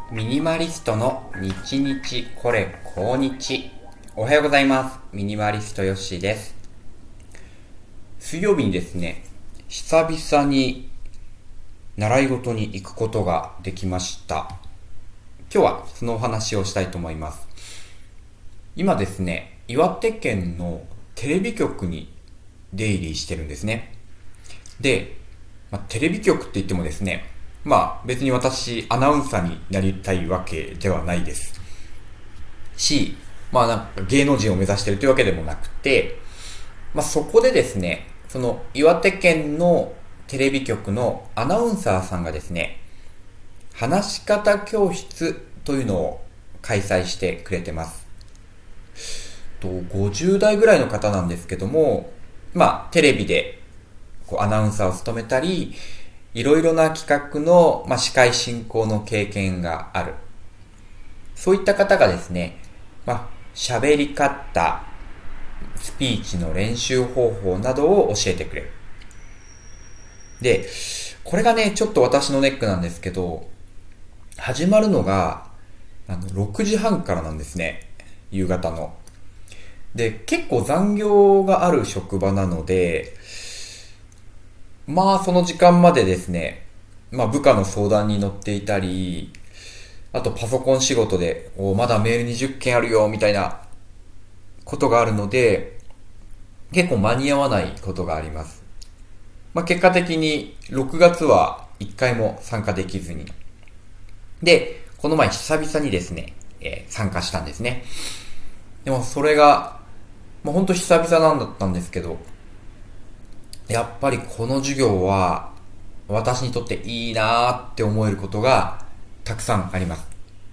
ミニマリストの日日これ後日。おはようございます。ミニマリストヨッシーです。水曜日にですね、久々に習い事に行くことができました。今日はそのお話をしたいと思います。今ですね、岩手県のテレビ局に出入りしてるんですね。で、テレビ局って言ってもですね、別に私アナウンサーになりたいわけではないですし、なんか芸能人を目指しているというわけでもなくて、そこでですね、その岩手県のテレビ局のアナウンサーさんがですね、話し方教室というのを開催してくれてます。50代ぐらいの方なんですけども、テレビでアナウンサーを務めたり、いろいろな企画の、司会進行の経験がある。そういった方がですね、喋り方、スピーチの練習方法などを教えてくれる。で、これがね、ちょっと私のネックなんですけど、始まるのが、6時半からなんですね。夕方の。で、結構残業がある職場なので、その時間までですね、部下の相談に乗っていたり、あとパソコン仕事で、まだメール20件あるよ、みたいなことがあるので、結構間に合わないことがあります。結果的に6月は1回も参加できずに。で、この前久々にですね、参加したんですね。でもそれが、ほんと久々なんだったんですけど、やっぱりこの授業は私にとっていいなーって思えることがたくさんあります。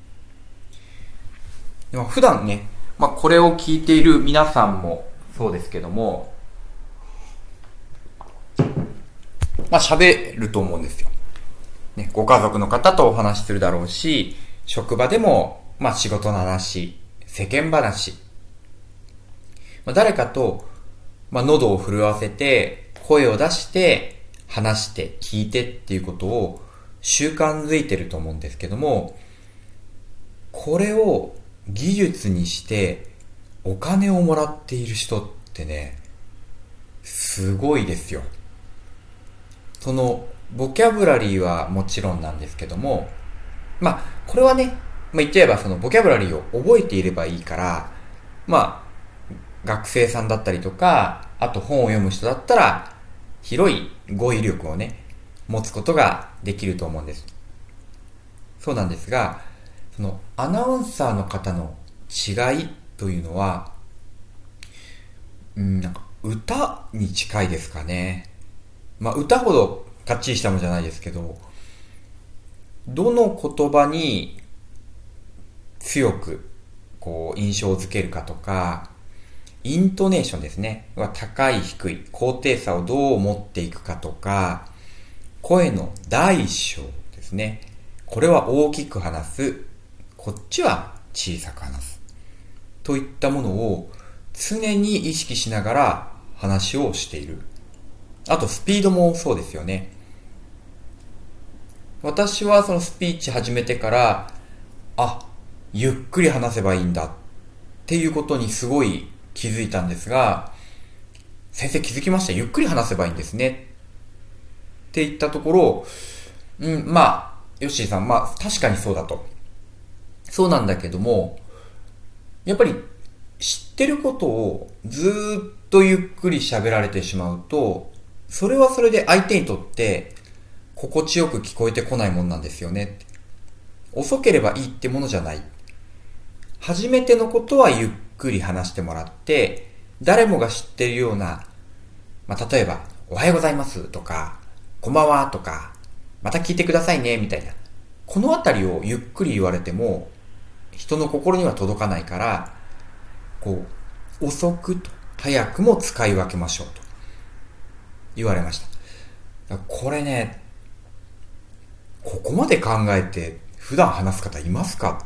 でも普段ね、これを聞いている皆さんもそうですけども、喋ると思うんですよ。ね、ご家族の方とお話しするだろうし、職場でも、仕事の話、世間話、誰かと、喉を震わせて、声を出して、話して、聞いてっていうことを習慣づいてると思うんですけども、これを技術にしてお金をもらっている人ってね、すごいですよ。その、ボキャブラリーはもちろんなんですけども、これはね、言っちゃえばそのボキャブラリーを覚えていればいいから、学生さんだったりとか、あと本を読む人だったら、広い語彙力をね、持つことができると思うんです。そうなんですが、そのアナウンサーの方の違いというのは、なんか歌に近いですかね。歌ほどかっちりしたものじゃないですけど、どの言葉に強く印象づけるかとか、イントネーションですね。高い低い、高低差をどう持っていくかとか、声の大小ですね。これは大きく話す。こっちは小さく話す。といったものを常に意識しながら話をしている。あとスピードもそうですよね。私はそのスピーチ始めてから、ゆっくり話せばいいんだっていうことにすごい気づいたんですが、先生気づきました。ゆっくり話せばいいんですね。って言ったところ、ヨッシーさん、確かにそうだと。そうなんだけども、やっぱり知ってることをずーっとゆっくり喋られてしまうと、それはそれで相手にとって心地よく聞こえてこないもんなんですよね。遅ければいいってものじゃない。初めてのことはゆっくり話してもらって、誰もが知っているような、例えば、おはようございますとか、こんばんはとか、また聞いてくださいねみたいな。このあたりをゆっくり言われても、人の心には届かないから、遅くと早くも使い分けましょうと言われました。これね、ここまで考えて普段話す方いますか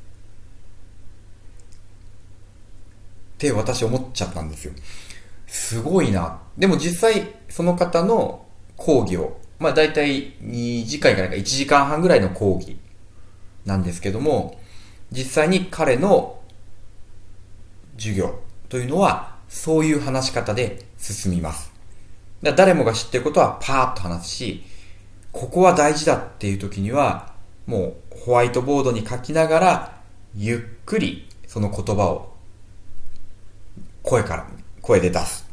って私思っちゃったんですよ。すごいな。でも実際その方の講義を、だいたい2時間から1時間半ぐらいの講義なんですけども、実際に彼の授業というのはそういう話し方で進みます。誰もが知っていることはパーッと話すし、ここは大事だっていう時にはもうホワイトボードに書きながらゆっくりその言葉を声で出す。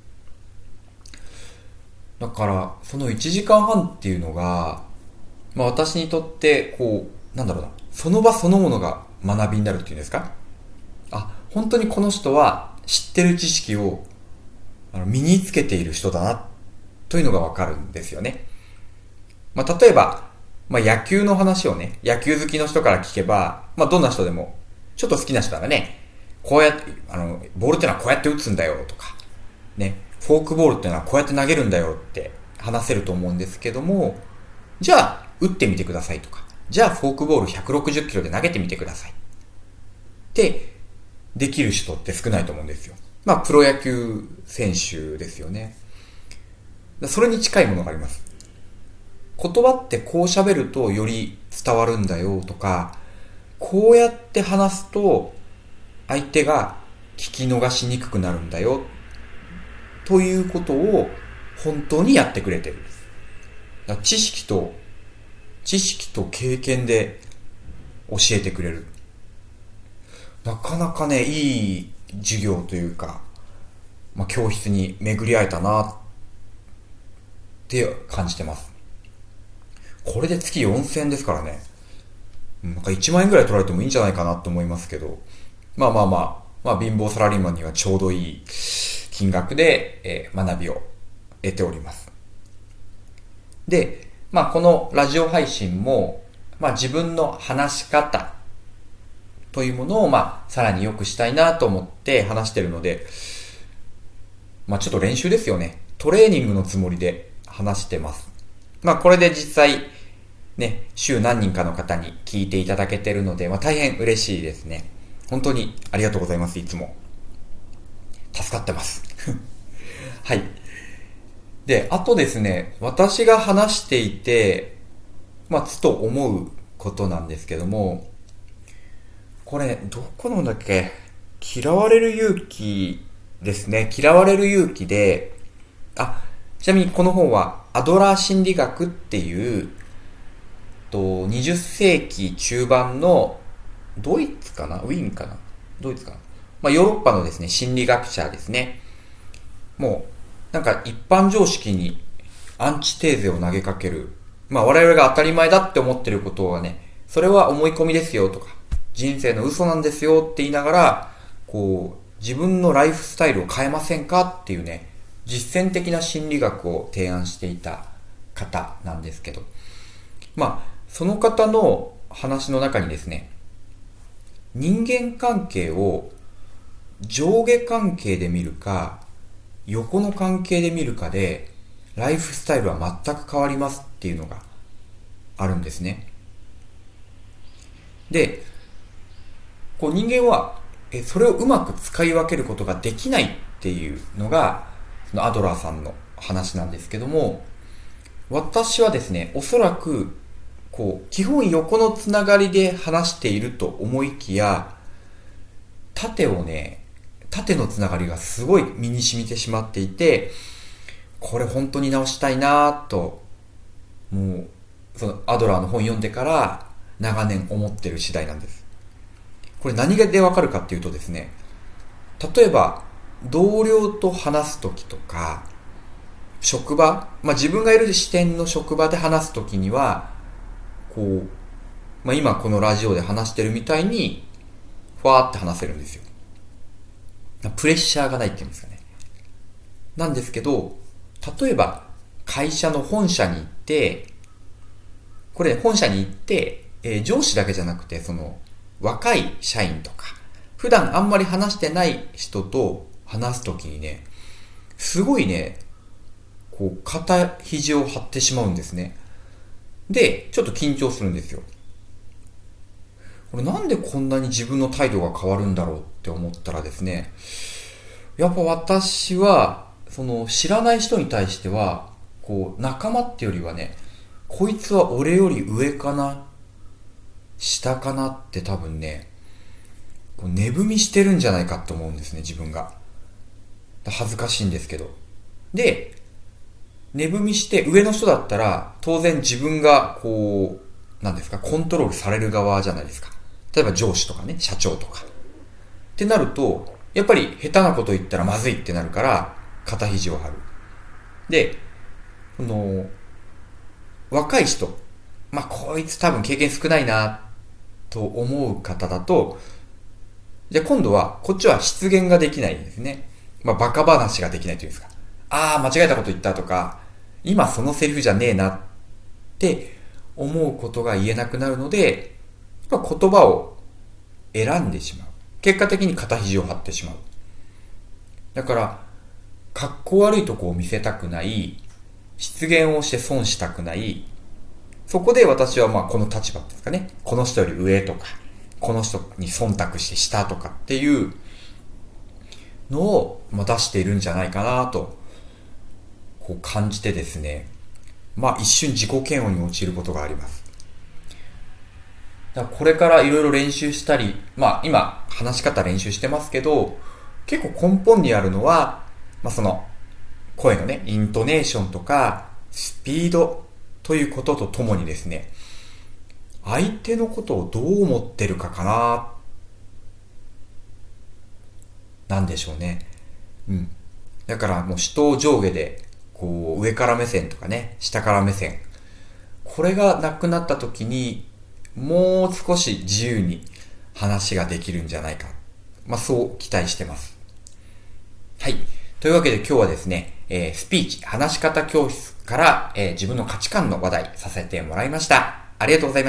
だからその1時間半っていうのが、私にとってその場そのものが学びになるっていうんですか。本当にこの人は知ってる知識を身につけている人だなというのがわかるんですよね。例えば、野球の話をね、野球好きの人から聞けば、どんな人でも、ちょっと好きな人ならね、こうやって、ボールってのはこうやって打つんだよとか、ね、フォークボールってのはこうやって投げるんだよって話せると思うんですけども、じゃあ、打ってみてくださいとか、じゃあフォークボール160キロで投げてみてくださいってできる人って少ないと思うんですよ。プロ野球選手ですよね。それに近いものがあります。言葉ってこう喋るとより伝わるんだよとか、こうやって話すと相手が聞き逃しにくくなるんだよということを本当にやってくれてる。知識と経験で教えてくれる。なかなかね、いい授業というか、教室に巡り会えたなって感じてます。これで月4000円ですからね。1万円ぐらい取られてもいいんじゃないかなと思いますけど、貧乏サラリーマンにはちょうどいい金額で、学びを得ております。で、このラジオ配信も、自分の話し方というものを、さらに良くしたいなと思って話してるので、ちょっと練習ですよね。トレーニングのつもりで話してます。これで実際、ね、週何人かの方に聞いていただけてるので、大変嬉しいですね。本当にありがとうございます。いつも。助かってます。はい。で、あとですね、私が話していて、つと思うことなんですけども、これ、どこのだっけ？嫌われる勇気ですね。嫌われる勇気で、ちなみにこの本はアドラー心理学っていう、20世紀中盤のドイツかなウィーンかなドイツかなヨーロッパのですね、心理学者ですね。もう、一般常識にアンチテーゼを投げかける。我々が当たり前だって思ってることはね、それは思い込みですよとか、人生の嘘なんですよって言いながら、自分のライフスタイルを変えませんかっていうね、実践的な心理学を提案していた方なんですけど、その方の話の中にですね、人間関係を上下関係で見るか、横の関係で見るかで、ライフスタイルは全く変わりますっていうのがあるんですね。で、人間はそれをうまく使い分けることができないっていうのが、そのアドラーさんの話なんですけども、私はですね、おそらく基本横のつながりで話していると思いきや、縦のつながりがすごい身に染みてしまっていて、これ本当に直したいなと、もうそのアドラーの本読んでから長年思ってる次第なんです。これ何でわかるかっていうとですね、例えば同僚と話すときとか、職場、自分がいる視点の職場で話すときには、今このラジオで話してるみたいにふわーって話せるんですよ。プレッシャーがないっていうんですかね。なんですけど、例えば会社の本社に行って、上司だけじゃなくて、その若い社員とか普段あんまり話してない人と話すときにね、すごいね、肩肘を張ってしまうんですね。で、ちょっと緊張するんですよ。これなんでこんなに自分の態度が変わるんだろうって思ったらですね、やっぱ私はその知らない人に対しては仲間ってよりはね、こいつは俺より上かなっ下かなって多分ね、寝踏みしてるんじゃないかと思うんですね、自分が。恥ずかしいんですけど。で、寝踏みして上の人だったら、当然自分がなんですか、コントロールされる側じゃないですか。例えば上司とかね、社長とか。ってなると、やっぱり下手なこと言ったらまずいってなるから、肩肘を張る。で、若い人、こいつ多分経験少ないな、と思う方だと、じゃあ今度は、こっちは失言ができないんですね。バカ話ができないというんですか。間違えたこと言ったとか、今そのセリフじゃねえなって思うことが言えなくなるので、言葉を選んでしまう。結果的に肩肘を張ってしまう。だから、格好悪いとこを見せたくない、失言をして損したくない、そこで私はこの立場ですかね。この人より上とか、この人に忖度して下とかっていうのを出しているんじゃないかなと、感じてですね。一瞬自己嫌悪に陥ることがあります。だからこれからいろいろ練習したり、今話し方練習してますけど、結構根本にあるのは、その声のね、イントネーションとかスピードということとともにですね、相手のことをどう思ってるかかな、なんでしょうね。だからもう人を上下で、上から目線とかね、下から目線。これがなくなった時に、もう少し自由に話ができるんじゃないか。そう期待してます。はい。というわけで今日はですね、スピーチ、話し方教室から、自分の価値観の話題させてもらいました。ありがとうございました。